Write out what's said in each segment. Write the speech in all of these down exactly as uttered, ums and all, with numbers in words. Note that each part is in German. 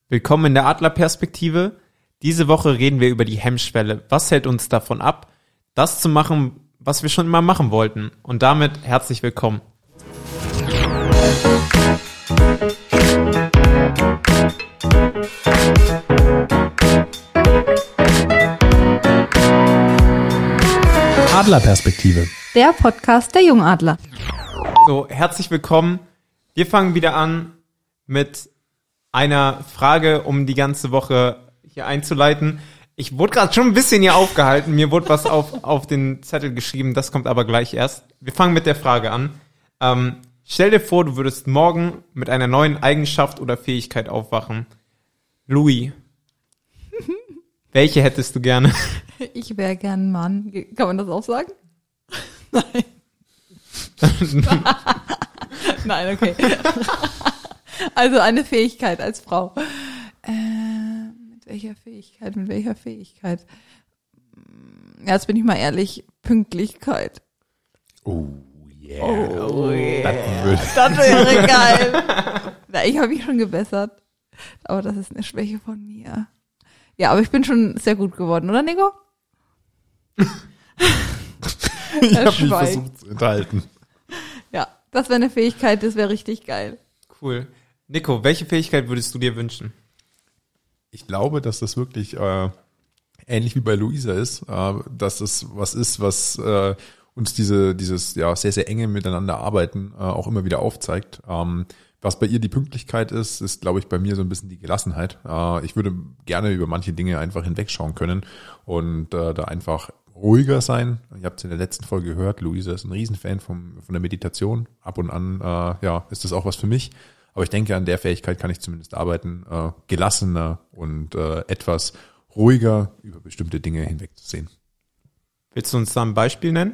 Willkommen in der Adlerperspektive. Diese Woche reden wir über die Hemmschwelle. Was hält uns davon ab, das zu machen, was wir schon immer machen wollten? Und damit herzlich willkommen. Adlerperspektive. Der Podcast der Jungadler. So, herzlich willkommen. Wir fangen wieder an mit einer Frage, um die ganze Woche hier einzuleiten. Ich wurde gerade schon ein bisschen hier aufgehalten. Mir wurde was auf, auf den Zettel geschrieben. Das kommt aber gleich erst. Wir fangen mit der Frage an. Ähm, stell dir vor, du würdest morgen mit einer neuen Eigenschaft oder Fähigkeit aufwachen. Louis, welche hättest du gerne? Ich wäre gern ein Mann. Kann man das auch sagen? Nein. Nein, okay. Also eine Fähigkeit als Frau. Äh, mit welcher Fähigkeit? Mit welcher Fähigkeit? Ja, jetzt bin ich mal ehrlich. Pünktlichkeit. Oh yeah. Oh, yeah. Das, das wäre geil. Na, ich habe mich schon gebessert. Aber das ist eine Schwäche von mir. Ja, aber ich bin schon sehr gut geworden, oder Nico? ich habe mich versucht zu enthalten. Ja, das wäre eine Fähigkeit, das wäre richtig geil. Cool. Nico, welche Fähigkeit würdest du dir wünschen? Ich glaube, dass das wirklich äh, ähnlich wie bei Luisa ist, äh, dass das was ist, was äh, uns diese dieses ja sehr, sehr enge miteinander arbeiten äh, auch immer wieder aufzeigt. Ähm, was bei ihr die Pünktlichkeit ist, ist, glaube ich, bei mir so ein bisschen die Gelassenheit. Äh, ich würde gerne über manche Dinge einfach hinwegschauen können und äh, da einfach ruhiger sein. Ihr habt es in der letzten Folge gehört, Luisa ist ein Riesenfan vom, von der Meditation. Ab und an äh, ja, ist das auch was für mich. Aber ich denke, an der Fähigkeit kann ich zumindest arbeiten, äh, gelassener und äh, etwas ruhiger über bestimmte Dinge hinwegzusehen. Willst du uns da ein Beispiel nennen?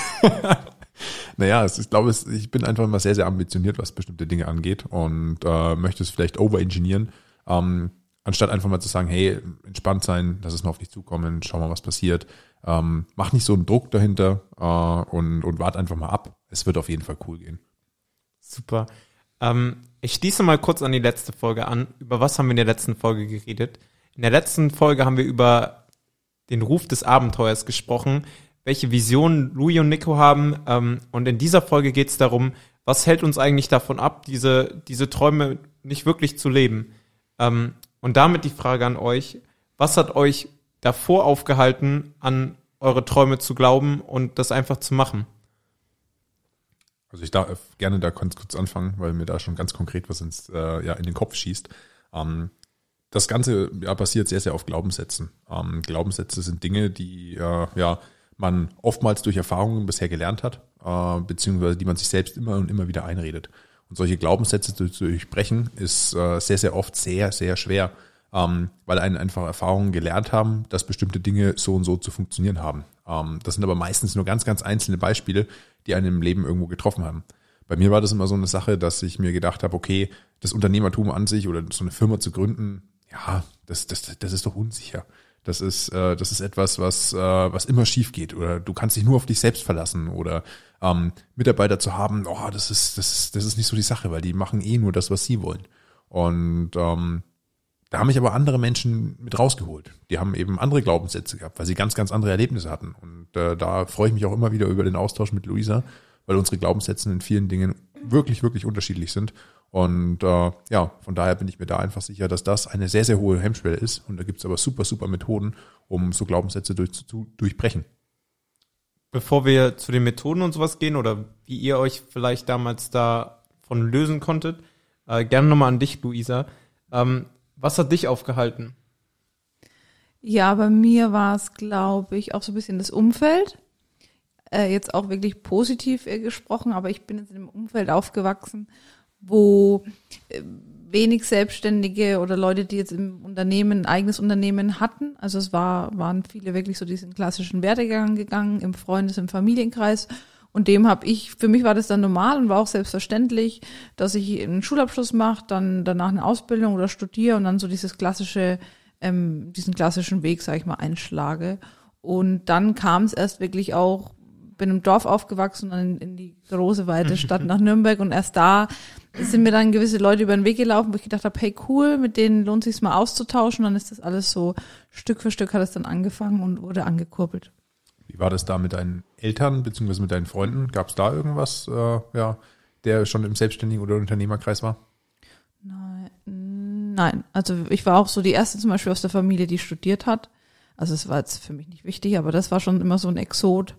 Naja, es, ich glaube, es, ich bin einfach immer sehr, sehr ambitioniert, was bestimmte Dinge angeht und äh, möchte es vielleicht overengineeren, ähm, anstatt einfach mal zu sagen, hey, entspannt sein, lass es mal auf dich zukommen, schau mal, was passiert. Ähm, mach nicht so einen Druck dahinter äh, und, und wart einfach mal ab. Es wird auf jeden Fall cool gehen. Super. Ähm, ich schließe mal kurz an die letzte Folge an. Über was haben wir in der letzten Folge geredet? In der letzten Folge haben wir über den Ruf des Abenteuers gesprochen, welche Visionen Louis und Nico haben. Ähm, und in dieser Folge geht es darum, was hält uns eigentlich davon ab, diese, diese Träume nicht wirklich zu leben. Ähm, und damit die Frage an euch, was hat euch davor aufgehalten, an eure Träume zu glauben und das einfach zu machen? Also ich darf gerne da ganz kurz anfangen, weil mir da schon ganz konkret was ins, äh, ja, in den Kopf schießt. Ähm, das Ganze ja, basiert sehr, sehr auf Glaubenssätzen. Ähm, Glaubenssätze sind Dinge, die äh, ja man oftmals durch Erfahrungen bisher gelernt hat, äh, beziehungsweise die man sich selbst immer und immer wieder einredet. Und solche Glaubenssätze zu, zu durchbrechen, ist äh, sehr, sehr oft sehr, sehr schwer, ähm, weil einen einfach Erfahrungen gelernt haben, dass bestimmte Dinge so und so zu funktionieren haben. Ähm, das sind aber meistens nur ganz, ganz einzelne Beispiele, die einen im Leben irgendwo getroffen haben. Bei mir war das immer so eine Sache, dass ich mir gedacht habe, okay, das Unternehmertum an sich oder so eine Firma zu gründen, ja, das, das, das ist doch unsicher. Das ist, äh, das ist etwas, was, äh, was immer schief geht oder du kannst dich nur auf dich selbst verlassen oder ähm, Mitarbeiter zu haben, oh, das ist, das ist, das ist nicht so die Sache, weil die machen eh nur das, was sie wollen. Und ähm, da haben mich aber andere Menschen mit rausgeholt. Die haben eben andere Glaubenssätze gehabt, weil sie ganz, ganz andere Erlebnisse hatten. Und äh, da freue ich mich auch immer wieder über den Austausch mit Luisa, weil unsere Glaubenssätze in vielen Dingen wirklich, wirklich unterschiedlich sind. Und äh, ja, von daher bin ich mir da einfach sicher, dass das eine sehr, sehr hohe Hemmschwelle ist. Und da gibt es aber super, super Methoden, um so Glaubenssätze durch, zu durchbrechen. Bevor wir zu den Methoden und sowas gehen oder wie ihr euch vielleicht damals davon lösen konntet, äh, gerne nochmal an dich, Luisa. Ähm, was hat dich aufgehalten? Ja, bei mir war es, glaube ich, auch so ein bisschen das Umfeld. Äh, jetzt auch wirklich positiv äh, gesprochen, aber ich bin jetzt in einem Umfeld aufgewachsen, wo äh, wenig Selbstständige oder Leute, die jetzt im Unternehmen, ein eigenes Unternehmen hatten. Also es war, waren viele wirklich so diesen klassischen Werdegang gegangen, im Freundes-, im Familienkreis. Und dem habe ich, für mich war das dann normal und war auch selbstverständlich, dass ich einen Schulabschluss mache, dann danach eine Ausbildung oder studiere und dann so dieses klassische, ähm, diesen klassischen Weg, sage ich mal, einschlage. Und dann kam es erst wirklich auch bin im Dorf aufgewachsen und dann in, in die große, weite Stadt nach Nürnberg und erst da sind mir dann gewisse Leute über den Weg gelaufen, wo ich gedacht habe, hey cool, mit denen lohnt sich's mal auszutauschen. Und dann ist das alles so, Stück für Stück hat es dann angefangen und wurde angekurbelt. Wie war das da mit deinen Eltern bzw. mit deinen Freunden? Gab es da irgendwas, äh, ja, der schon im Selbstständigen oder Unternehmerkreis war? Nein, nein, also ich war auch so die erste zum Beispiel aus der Familie, die studiert hat. Also es war jetzt für mich nicht wichtig, aber das war schon immer so ein Exot.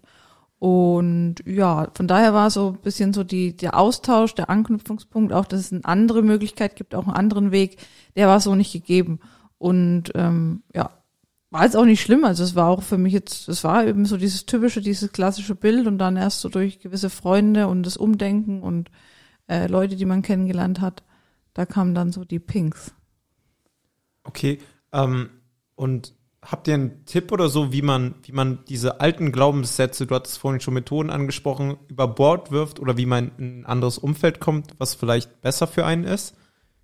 Und ja, von daher war so ein bisschen so die der Austausch, der Anknüpfungspunkt, auch dass es eine andere Möglichkeit gibt, auch einen anderen Weg, der war so nicht gegeben. Und ähm, ja, war jetzt auch nicht schlimm. Also es war auch für mich jetzt, es war eben so dieses typische, dieses klassische Bild und dann erst so durch gewisse Freunde und das Umdenken und äh, Leute, die man kennengelernt hat, da kamen dann so die Pinks. Okay, ähm, und habt ihr einen Tipp oder so, wie man, wie man diese alten Glaubenssätze, du hattest vorhin schon Methoden angesprochen, über Bord wirft oder wie man in ein anderes Umfeld kommt, was vielleicht besser für einen ist?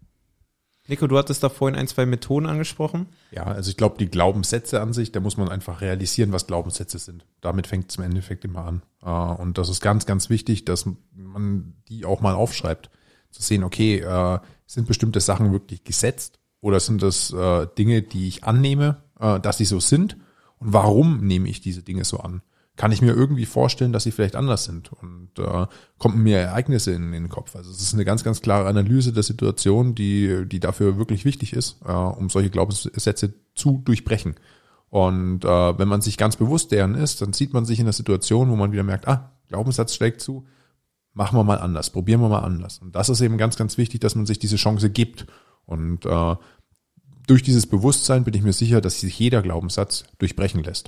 Nico, du hattest da vorhin ein, zwei Methoden angesprochen. Ja, also ich glaube, die Glaubenssätze an sich, da muss man einfach realisieren, was Glaubenssätze sind. Damit fängt es im Endeffekt immer an. Und das ist ganz, ganz wichtig, dass man die auch mal aufschreibt. Zu sehen, okay, sind bestimmte Sachen wirklich gesetzt oder sind das Dinge, die ich annehme, dass sie so sind? Und warum nehme ich diese Dinge so an? Kann ich mir irgendwie vorstellen, dass sie vielleicht anders sind? Und äh, kommen mir Ereignisse in, in den Kopf? Also es ist eine ganz, ganz klare Analyse der Situation, die die dafür wirklich wichtig ist, äh, um solche Glaubenssätze zu durchbrechen. Und äh, wenn man sich ganz bewusst deren ist, dann sieht man sich in der Situation, wo man wieder merkt, ah, Glaubenssatz schlägt zu, machen wir mal anders, probieren wir mal anders. Und das ist eben ganz, ganz wichtig, dass man sich diese Chance gibt. Und äh, durch dieses Bewusstsein bin ich mir sicher, dass sich jeder Glaubenssatz durchbrechen lässt.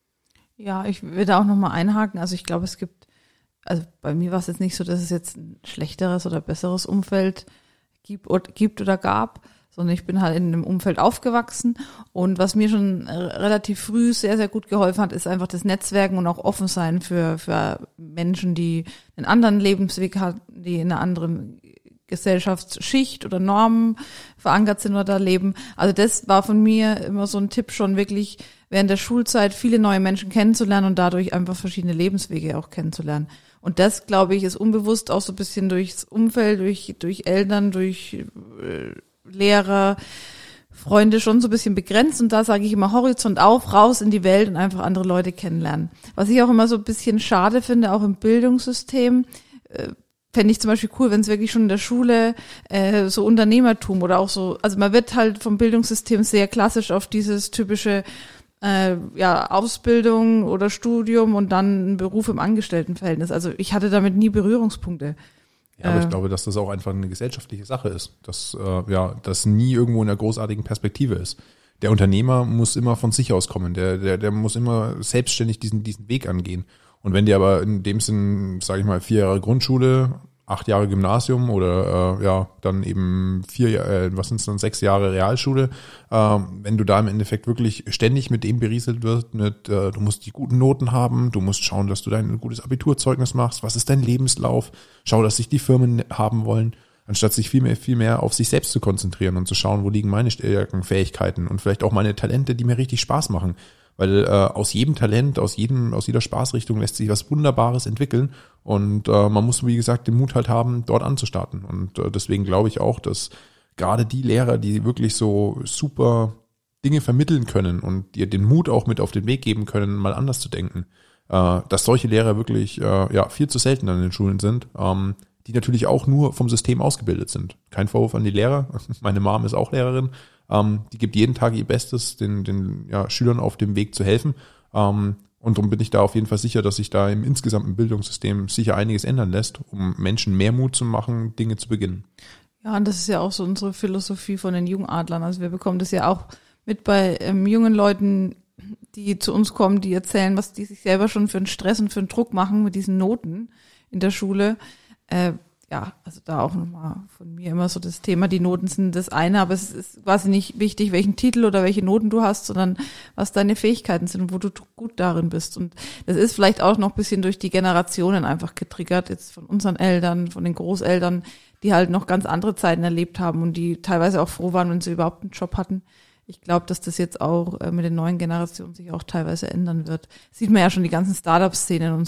Ja, ich würde auch nochmal einhaken. Also ich glaube, es gibt, also bei mir war es jetzt nicht so, dass es jetzt ein schlechteres oder besseres Umfeld gibt oder, gibt oder gab, sondern ich bin halt in einem Umfeld aufgewachsen. Und was mir schon relativ früh sehr, sehr gut geholfen hat, ist einfach das Netzwerken und auch offen sein für, für Menschen, die einen anderen Lebensweg haben, die in einer anderen Gesellschaftsschicht oder Normen verankert sind oder da leben. Also das war von mir immer so ein Tipp, schon wirklich während der Schulzeit viele neue Menschen kennenzulernen und dadurch einfach verschiedene Lebenswege auch kennenzulernen. Und das, glaube ich, ist unbewusst auch so ein bisschen durchs Umfeld, durch durch Eltern, durch äh, Lehrer, Freunde schon so ein bisschen begrenzt. Und da sage ich immer Horizont auf, raus in die Welt und einfach andere Leute kennenlernen. Was ich auch immer so ein bisschen schade finde, auch im Bildungssystem, äh, fände ich zum Beispiel cool, wenn es wirklich schon in der Schule äh, so Unternehmertum oder auch so, also man wird halt vom Bildungssystem sehr klassisch auf dieses typische äh, ja Ausbildung oder Studium und dann ein Beruf im Angestelltenverhältnis. Also ich hatte damit nie Berührungspunkte. Ja, aber äh, ich glaube, dass das auch einfach eine gesellschaftliche Sache ist, dass äh, ja das nie irgendwo in einer großartigen Perspektive ist. Der Unternehmer muss immer von sich aus kommen, der der der muss immer selbstständig diesen diesen Weg angehen. Und wenn die aber in dem Sinn, sage ich mal, vier Jahre Grundschule, acht Jahre Gymnasium oder äh, ja dann eben vier, äh, was sind es dann, sechs Jahre Realschule, äh, wenn du da im Endeffekt wirklich ständig mit dem berieselt wirst, mit äh, du musst die guten Noten haben, du musst schauen, dass du dein gutes Abiturzeugnis machst, was ist dein Lebenslauf, schau, dass sich die Firmen haben wollen, anstatt sich viel mehr, viel mehr auf sich selbst zu konzentrieren und zu schauen, wo liegen meine Stärken, Fähigkeiten und vielleicht auch meine Talente, die mir richtig Spaß machen. Weil äh, aus jedem Talent, aus jedem, aus jeder Spaßrichtung lässt sich was Wunderbares entwickeln und äh, man muss, wie gesagt, den Mut halt haben, dort anzustarten. Und äh, deswegen glaube ich auch, dass gerade die Lehrer, die wirklich so super Dinge vermitteln können und dir den Mut auch mit auf den Weg geben können, mal anders zu denken, äh, dass solche Lehrer wirklich äh, ja viel zu selten an den Schulen sind, ähm, die natürlich auch nur vom System ausgebildet sind. Kein Vorwurf an die Lehrer, meine Mom ist auch Lehrerin. Ähm, die gibt jeden Tag ihr Bestes, den, den ja, Schülern auf dem Weg zu helfen. Ähm, und darum bin ich da auf jeden Fall sicher, dass sich da im insgesamten Bildungssystem sicher einiges ändern lässt, um Menschen mehr Mut zu machen, Dinge zu beginnen. Ja, und das ist ja auch so unsere Philosophie von den Jungadlern. Also wir bekommen das ja auch mit bei ähm, jungen Leuten, die zu uns kommen, die erzählen, was die sich selber schon für einen Stress und für einen Druck machen mit diesen Noten in der Schule. Äh, Ja, also da auch nochmal von mir immer so das Thema, die Noten sind das eine, aber es ist quasi nicht wichtig, welchen Titel oder welche Noten du hast, sondern was deine Fähigkeiten sind und wo du gut darin bist. Und das ist vielleicht auch noch ein bisschen durch die Generationen einfach getriggert, jetzt von unseren Eltern, von den Großeltern, die halt noch ganz andere Zeiten erlebt haben und die teilweise auch froh waren, wenn sie überhaupt einen Job hatten. Ich glaube, dass das jetzt auch mit den neuen Generationen sich auch teilweise ändern wird. Sieht man ja schon die ganzen Startup-Szenen und so.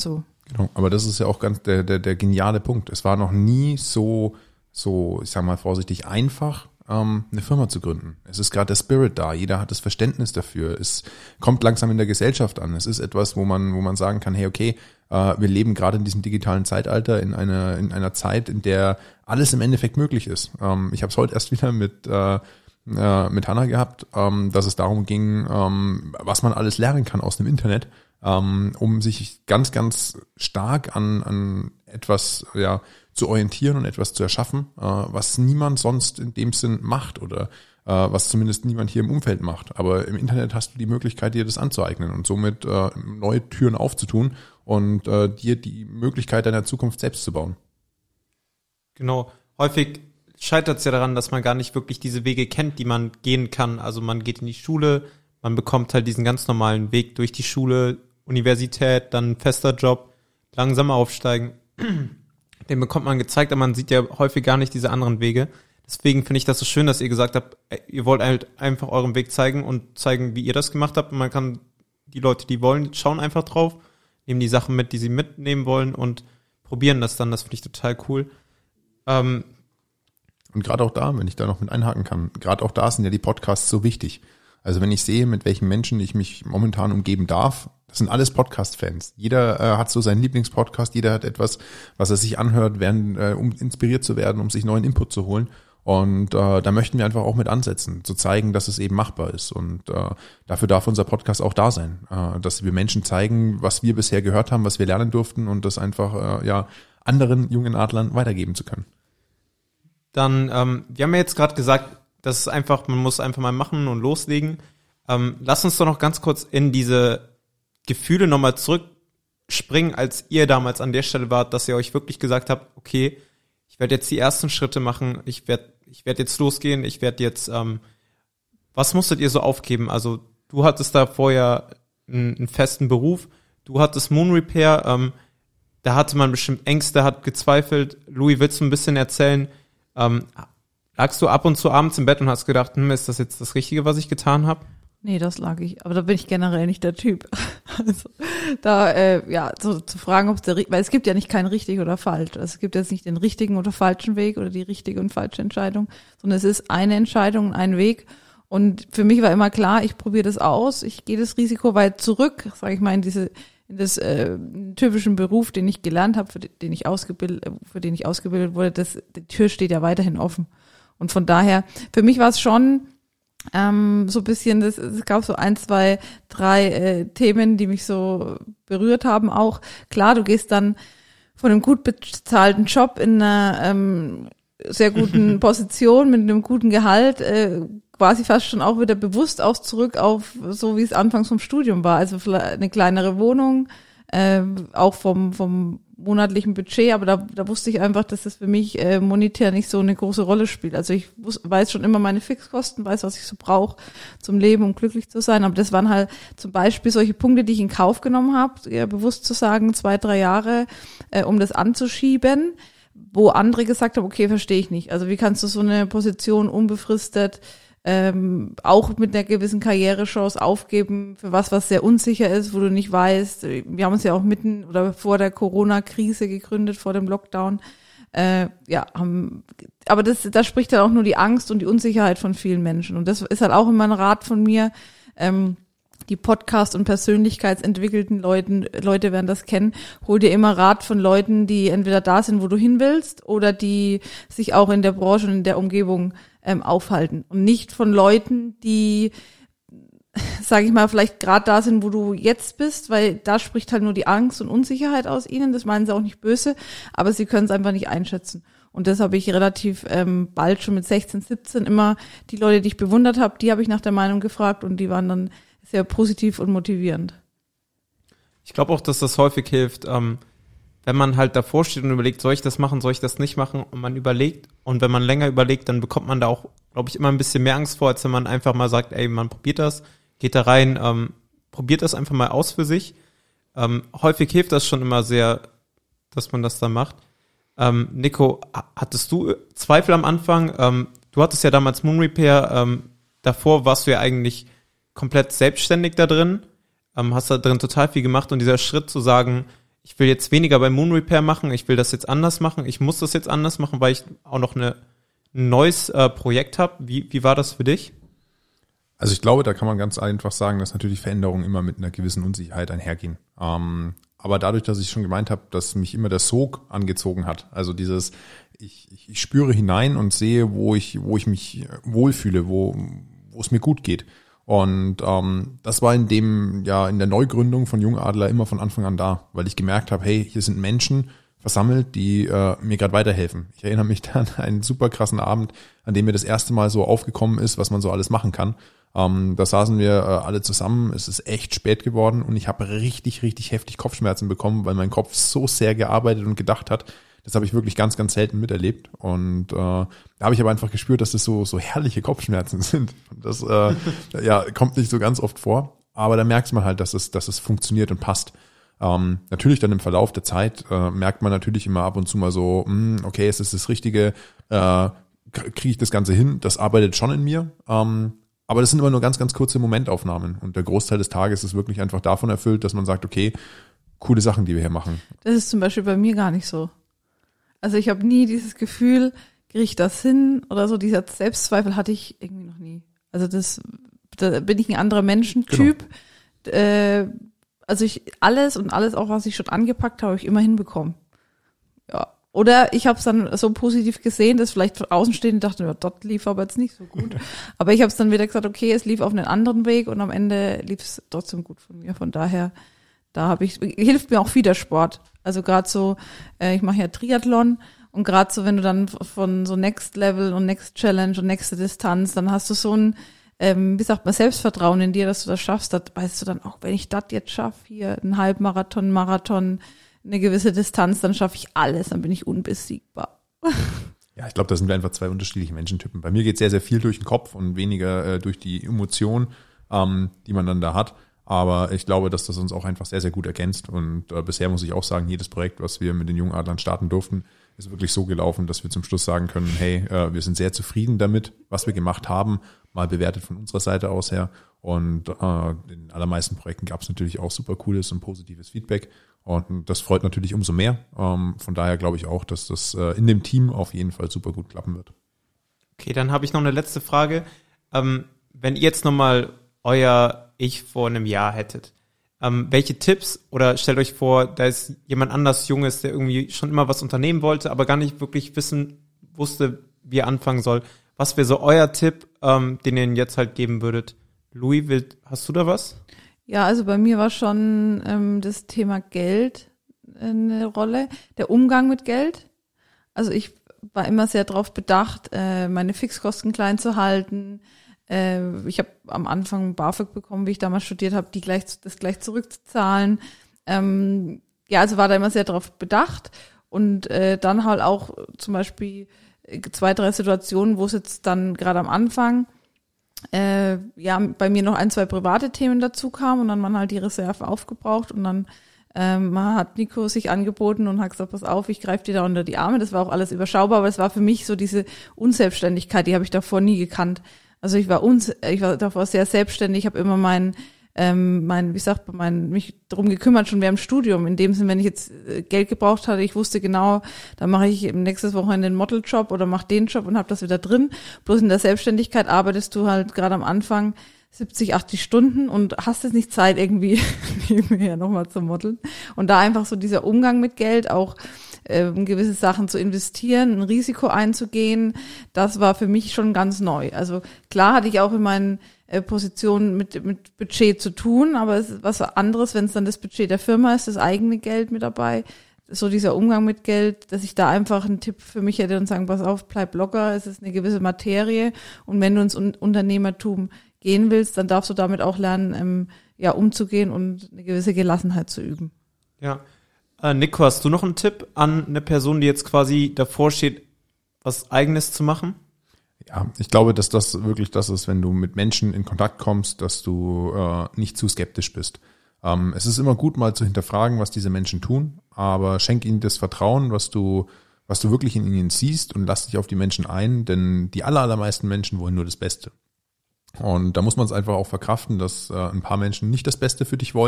Genau, aber das ist ja auch ganz der, der, der geniale Punkt. Es war noch nie so, so, ich sag mal vorsichtig, einfach, ähm, eine Firma zu gründen. Es ist gerade der Spirit da, jeder hat das Verständnis dafür. Es kommt langsam in der Gesellschaft an. Es ist etwas, wo man, wo man sagen kann, hey, okay, äh, wir leben gerade in diesem digitalen Zeitalter, in einer, in einer Zeit, in der alles im Endeffekt möglich ist. Ähm, ich habe es heute erst wieder mit äh, äh, mit Hannah gehabt, ähm, dass es darum ging, ähm, was man alles lernen kann aus dem Internet, ähm, um sich ganz, ganz stark an, an etwas ja zu orientieren und etwas zu erschaffen, äh, was niemand sonst in dem Sinn macht oder äh, was zumindest niemand hier im Umfeld macht. Aber im Internet hast du die Möglichkeit, dir das anzueignen und somit äh, neue Türen aufzutun und äh, dir die Möglichkeit deiner Zukunft selbst zu bauen. Genau. Häufig scheitert es ja daran, dass man gar nicht wirklich diese Wege kennt, die man gehen kann. Also man geht in die Schule, man bekommt halt diesen ganz normalen Weg durch die Schule, Universität, dann fester Job, langsam aufsteigen. Den bekommt man gezeigt, aber man sieht ja häufig gar nicht diese anderen Wege. Deswegen finde ich das so schön, dass ihr gesagt habt, ihr wollt halt einfach euren Weg zeigen und zeigen, wie ihr das gemacht habt. Und man kann, die Leute, die wollen, schauen einfach drauf, nehmen die Sachen mit, die sie mitnehmen wollen und probieren das dann. Das finde ich total cool. Ähm, Und gerade auch da, wenn ich da noch mit einhaken kann, gerade auch da sind ja die Podcasts so wichtig. Also wenn ich sehe, mit welchen Menschen ich mich momentan umgeben darf, das sind alles Podcast-Fans. Jeder äh, hat so seinen Lieblingspodcast, jeder hat etwas, was er sich anhört, werden, äh, um inspiriert zu werden, um sich neuen Input zu holen. Und äh, da möchten wir einfach auch mit ansetzen, zu zeigen, dass es eben machbar ist. Und äh, dafür darf unser Podcast auch da sein, äh, dass wir Menschen zeigen, was wir bisher gehört haben, was wir lernen durften und das einfach äh, ja anderen jungen Adlern weitergeben zu können. Dann, ähm, wir haben ja jetzt gerade gesagt, das ist einfach, man muss einfach mal machen und loslegen. Ähm, lass uns doch noch ganz kurz in diese Gefühle nochmal zurückspringen, als ihr damals an der Stelle wart, dass ihr euch wirklich gesagt habt, okay, ich werde jetzt die ersten Schritte machen, ich werde ich werde jetzt losgehen, ich werde jetzt, ähm, was musstet ihr so aufgeben? Also du hattest da vorher einen, einen festen Beruf, du hattest Moon Repair, ähm, da hatte man bestimmt Ängste, hat gezweifelt. Louis, willst du ein bisschen erzählen, ähm, lagst du ab und zu abends im Bett und hast gedacht, hm, ist das jetzt das Richtige, was ich getan habe? Nee, das lag ich. Aber da bin ich generell nicht der Typ. Also da, äh, ja, so zu fragen, ob es der, weil es gibt ja nicht kein richtig oder falsch. Also es gibt jetzt nicht den richtigen oder falschen Weg oder die richtige und falsche Entscheidung, sondern es ist eine Entscheidung und ein Weg. Und für mich war immer klar, ich probiere das aus, ich gehe das Risiko weit zurück, sage ich mal, in diese, in das äh, typischen Beruf, den ich gelernt habe, für den ich ausgebildet, für den ich ausgebildet wurde. Das, die Tür steht ja weiterhin offen. Und von daher, für mich war es schon Ähm, so ein bisschen, das, es gab so ein, zwei, drei äh, Themen, die mich so berührt haben auch. Klar, du gehst dann von einem gut bezahlten Job in einer ähm, sehr guten Position mit einem guten Gehalt äh, quasi fast schon auch wieder bewusst auch zurück auf so, wie es anfangs vom Studium war. Also vielleicht eine kleinere Wohnung, äh, auch vom vom monatlichen Budget, aber da, da wusste ich einfach, dass das für mich äh, monetär nicht so eine große Rolle spielt. Also ich wus- weiß schon immer meine Fixkosten, weiß, was ich so brauche zum Leben, um glücklich zu sein. Aber das waren halt zum Beispiel solche Punkte, die ich in Kauf genommen habe, ja, bewusst zu sagen, zwei, drei Jahre, äh, um das anzuschieben, wo andere gesagt haben, okay, verstehe ich nicht. Also wie kannst du so eine Position unbefristet Ähm, auch mit einer gewissen Karrierechance aufgeben für was, was sehr unsicher ist, wo du nicht weißt. Wir haben uns ja auch mitten oder vor der Corona-Krise gegründet, vor dem Lockdown. Äh, ja, haben, aber das, da spricht dann auch nur die Angst und die Unsicherheit von vielen Menschen. Und das ist halt auch immer ein Rat von mir. Ähm, die Podcast- und persönlichkeitsentwickelten Leuten, Leute werden das kennen. Hol dir immer Rat von Leuten, die entweder da sind, wo du hin willst, oder die sich auch in der Branche und in der Umgebung ähm, aufhalten. Und nicht von Leuten, die, sage ich mal, vielleicht gerade da sind, wo du jetzt bist, weil da spricht halt nur die Angst und Unsicherheit aus ihnen. Das meinen sie auch nicht böse, aber sie können es einfach nicht einschätzen. Und das habe ich relativ ähm, bald schon mit sechzehn, siebzehn immer die Leute, die ich bewundert habe, die habe ich nach der Meinung gefragt und die waren dann sehr positiv und motivierend. Ich glaube auch, dass das häufig hilft, ähm, wenn man halt davor steht und überlegt, soll ich das machen, soll ich das nicht machen, und man überlegt, und wenn man länger überlegt, dann bekommt man da auch, glaube ich, immer ein bisschen mehr Angst vor, als wenn man einfach mal sagt, ey, man probiert das, geht da rein, ähm, probiert das einfach mal aus für sich. Ähm, häufig hilft das schon immer sehr, dass man das dann macht. Ähm, Nico, hattest du Zweifel am Anfang? Ähm, du hattest ja damals Moon Repair, ähm, davor warst du ja eigentlich komplett selbstständig da drin, ähm, hast da drin total viel gemacht, und dieser Schritt zu sagen, ich will jetzt weniger beim Moon Repair machen, ich will das jetzt anders machen, ich muss das jetzt anders machen, weil ich auch noch eine, ein neues äh, Projekt habe. Wie, wie war das für dich? Also ich glaube, da kann man ganz einfach sagen, dass natürlich Veränderungen immer mit einer gewissen Unsicherheit einhergehen. Ähm, aber dadurch, dass ich schon gemeint habe, dass mich immer der Sog angezogen hat, also dieses, ich, ich, ich spüre hinein und sehe, wo ich, wo ich mich wohlfühle, wo, wo es mir gut geht. Und ähm, das war in dem, ja, in der Neugründung von Jungadler immer von Anfang an da, weil ich gemerkt habe, hey, hier sind Menschen versammelt, die äh, mir gerade weiterhelfen. Ich erinnere mich dann an einen super krassen Abend, an dem mir das erste Mal so aufgekommen ist, was man so alles machen kann. Ähm, da saßen wir äh, alle zusammen, es ist echt spät geworden und ich habe richtig, richtig heftig Kopfschmerzen bekommen, weil mein Kopf so sehr gearbeitet und gedacht hat. Das habe ich wirklich ganz, ganz selten miterlebt. Und äh, da habe ich aber einfach gespürt, dass das so so herrliche Kopfschmerzen sind. Und das äh, ja, kommt nicht so ganz oft vor. Aber da merkt man halt, dass es, dass es funktioniert und passt. Ähm, natürlich dann im Verlauf der Zeit äh, merkt man natürlich immer ab und zu mal so, mh, okay, es ist das Richtige, äh, kriege ich das Ganze hin, das arbeitet schon in mir. Ähm, aber das sind immer nur ganz, ganz kurze Momentaufnahmen. Und der Großteil des Tages ist wirklich einfach davon erfüllt, dass man sagt, okay, coole Sachen, die wir hier machen. Das ist zum Beispiel bei mir gar nicht so. Also ich habe nie dieses Gefühl, kriege ich das hin oder so, dieser Selbstzweifel hatte ich irgendwie noch nie. Also das, da bin ich ein anderer Menschentyp. Genau. Äh, also ich alles und alles auch, was ich schon angepackt habe, habe ich immer hinbekommen. Ja. Oder ich habe es dann so positiv gesehen, dass vielleicht von Außenstehende dachte, ja, dort lief aber jetzt nicht so gut. Aber ich habe es dann wieder gesagt, okay, es lief auf einen anderen Weg und am Ende lief es trotzdem gut von mir. Von daher, da habe ich, hilft mir auch viel der Sport. Also gerade so, äh, ich mache ja Triathlon und gerade so, wenn du dann von so Next Level und Next Challenge und nächste Distanz, dann hast du so ein, ähm, wie sagt man, Selbstvertrauen in dir, dass du das schaffst. Da weißt du dann auch, wenn ich das jetzt schaffe, hier einen Halbmarathon, Marathon, eine gewisse Distanz, dann schaffe ich alles, dann bin ich unbesiegbar. Ja, ich glaube, da sind wir einfach zwei unterschiedliche Menschentypen. Bei mir geht sehr, sehr viel durch den Kopf und weniger äh, durch die Emotion, ähm, die man dann da hat. Aber ich glaube, dass das uns auch einfach sehr, sehr gut ergänzt. Und äh, bisher muss ich auch sagen, jedes Projekt, was wir mit den Jungadlern starten durften, ist wirklich so gelaufen, dass wir zum Schluss sagen können, hey, äh, wir sind sehr zufrieden damit, was wir gemacht haben, mal bewertet von unserer Seite aus her. Und äh, in den allermeisten Projekten gab es natürlich auch super cooles und positives Feedback. Und das freut natürlich umso mehr. Ähm, von daher glaube ich auch, dass das äh, in dem Team auf jeden Fall super gut klappen wird. Okay, dann habe ich noch eine letzte Frage. Ähm, wenn ihr jetzt nochmal euer Ich vor einem Jahr hättet, ähm, welche Tipps, oder stellt euch vor, da ist jemand anders Junges, der irgendwie schon immer was unternehmen wollte, aber gar nicht wirklich wissen wusste, wie er anfangen soll. Was wäre so euer Tipp, ähm, den ihr jetzt halt geben würdet? Louis, will, hast du da was? Ja, also bei mir war schon ähm, das Thema Geld eine Rolle, der Umgang mit Geld. Also ich war immer sehr darauf bedacht, äh, meine Fixkosten klein zu halten. Äh, ich habe am Anfang BAföG bekommen, wie ich damals studiert habe, die gleich das gleich zurückzuzahlen. Ähm, ja, also war da immer sehr darauf bedacht. Und äh, dann halt auch zum Beispiel zwei, drei Situationen, wo es jetzt dann gerade am Anfang äh, ja bei mir noch ein, zwei private Themen dazu kamen und dann man halt die Reserve aufgebraucht und dann ähm, hat Nico sich angeboten und hat gesagt, pass auf, ich greife dir da unter die Arme. Das war auch alles überschaubar, aber es war für mich so diese Unselbstständigkeit, die habe ich davor nie gekannt. Also ich war uns, ich war davor sehr selbstständig, ich habe immer mein, ähm, mein, wie sagt man, mein, mich drum gekümmert, schon während dem Studium. In dem Sinne, wenn ich jetzt Geld gebraucht hatte, ich wusste genau, dann mache ich im nächsten Wochenende den Modeljob oder mache den Job und habe das wieder drin. Bloß in der Selbstständigkeit arbeitest du halt gerade am Anfang siebzig, achtzig Stunden und hast jetzt nicht Zeit, irgendwie nebenher nochmal zu modeln. Und da einfach so dieser Umgang mit Geld, auch äh, gewisse Sachen zu investieren, ein Risiko einzugehen, das war für mich schon ganz neu. Also klar hatte ich auch in meinen äh, Positionen mit mit Budget zu tun, aber es ist was anderes, wenn es dann das Budget der Firma ist, das eigene Geld mit dabei. So dieser Umgang mit Geld, dass ich da einfach einen Tipp für mich hätte und sagen, pass auf, bleib locker, es ist eine gewisse Materie und wenn du ins Un- Unternehmertum gehen willst, dann darfst du damit auch lernen, ähm, ja, umzugehen und eine gewisse Gelassenheit zu üben. Ja. Äh, Nico, hast du noch einen Tipp an eine Person, die jetzt quasi davor steht, was Eigenes zu machen? Ja, ich glaube, dass das wirklich das ist, wenn du mit Menschen in Kontakt kommst, dass du äh, nicht zu skeptisch bist. Ähm, es ist immer gut, mal zu hinterfragen, was diese Menschen tun, aber schenk ihnen das Vertrauen, was du, was du wirklich in ihnen siehst und lass dich auf die Menschen ein, denn die aller, allermeisten Menschen wollen nur das Beste. Und da muss man es einfach auch verkraften, dass äh, ein paar Menschen nicht das Beste für dich wollen.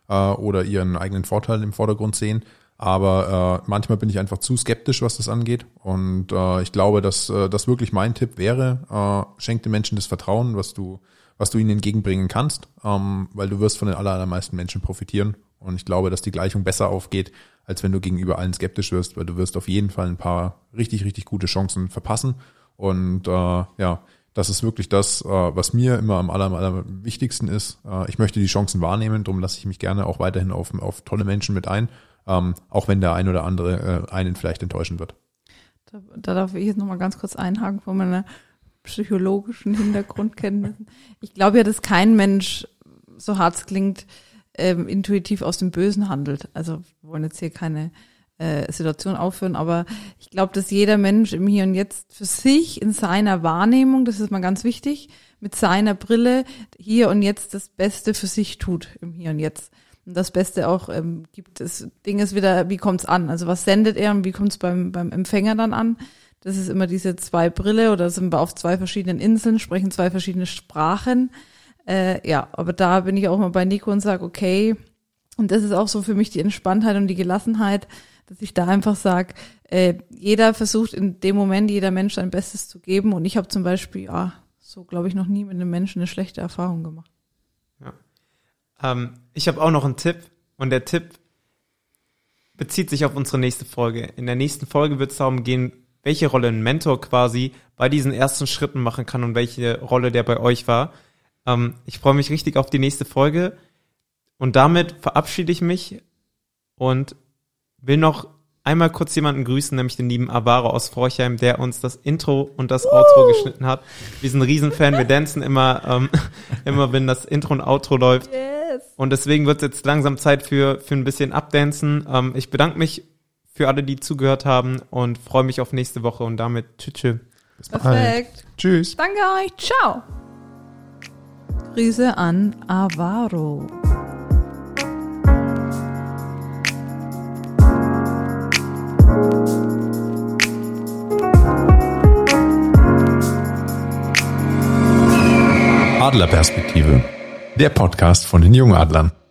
äh, oder ihren eigenen Vorteil im Vordergrund sehen. Aber äh, manchmal bin ich einfach zu skeptisch, was das angeht. Und äh, ich glaube, dass äh, das wirklich mein Tipp wäre, äh, schenk den Menschen das Vertrauen, was du was du ihnen entgegenbringen kannst, ähm, weil du wirst von den allermeisten Menschen profitieren. Und ich glaube, dass die Gleichung besser aufgeht, als wenn du gegenüber allen skeptisch wirst, weil du wirst auf jeden Fall ein paar richtig, richtig gute Chancen verpassen. Und äh, ja, das ist wirklich das, äh, was mir immer am aller, aller wichtigsten ist. Äh, ich möchte die Chancen wahrnehmen, darum lasse ich mich gerne auch weiterhin auf, auf tolle Menschen mit ein, ähm, auch wenn der ein oder andere äh, einen vielleicht enttäuschen wird. Da, da darf ich jetzt nochmal ganz kurz einhaken von meiner psychologischen Hintergrundkenntnissen. Ich glaube ja, dass kein Mensch, so hart es klingt, ähm, intuitiv aus dem Bösen handelt. Also wir wollen jetzt hier keine äh, Situation aufführen, aber ich glaube, dass jeder Mensch im Hier und Jetzt für sich in seiner Wahrnehmung, das ist mal ganz wichtig, mit seiner Brille hier und jetzt das Beste für sich tut im Hier und Jetzt. Und das Beste auch ähm, gibt es, Ding ist wieder, wie kommt's an? Also was sendet er und wie kommt's beim beim Empfänger dann an? Das ist immer diese zwei Brille oder sind wir auf zwei verschiedenen Inseln, sprechen zwei verschiedene Sprachen. Äh, ja, aber da bin ich auch mal bei Nico und sage, okay, und das ist auch so für mich die Entspanntheit und die Gelassenheit, dass ich da einfach sage, äh, jeder versucht in dem Moment, jeder Mensch sein Bestes zu geben. Und ich habe zum Beispiel, ja, so glaube ich noch nie mit einem Menschen eine schlechte Erfahrung gemacht. Ja. Ähm, ich habe auch noch einen Tipp und der Tipp bezieht sich auf unsere nächste Folge. In der nächsten Folge wird es darum gehen, welche Rolle ein Mentor quasi bei diesen ersten Schritten machen kann und welche Rolle der bei euch war. Ähm, ich freue mich richtig auf die nächste Folge und damit verabschiede ich mich und will noch einmal kurz jemanden grüßen, nämlich den lieben Avaro aus Forchheim, der uns das Intro und das Outro geschnitten hat. Wir sind ein Riesenfan, wir dancen immer, ähm, immer wenn das Intro und Outro läuft. Yes. Und deswegen wird es jetzt langsam Zeit für, für ein bisschen Abdancen. Ähm, ich bedanke mich für alle, die zugehört haben und freue mich auf nächste Woche und damit tschüss. tschüss. Bis bald. Perfekt. Tschüss. Danke euch. Ciao. Grüße an Avaro. Adlerperspektive, der Podcast von den Jungadlern.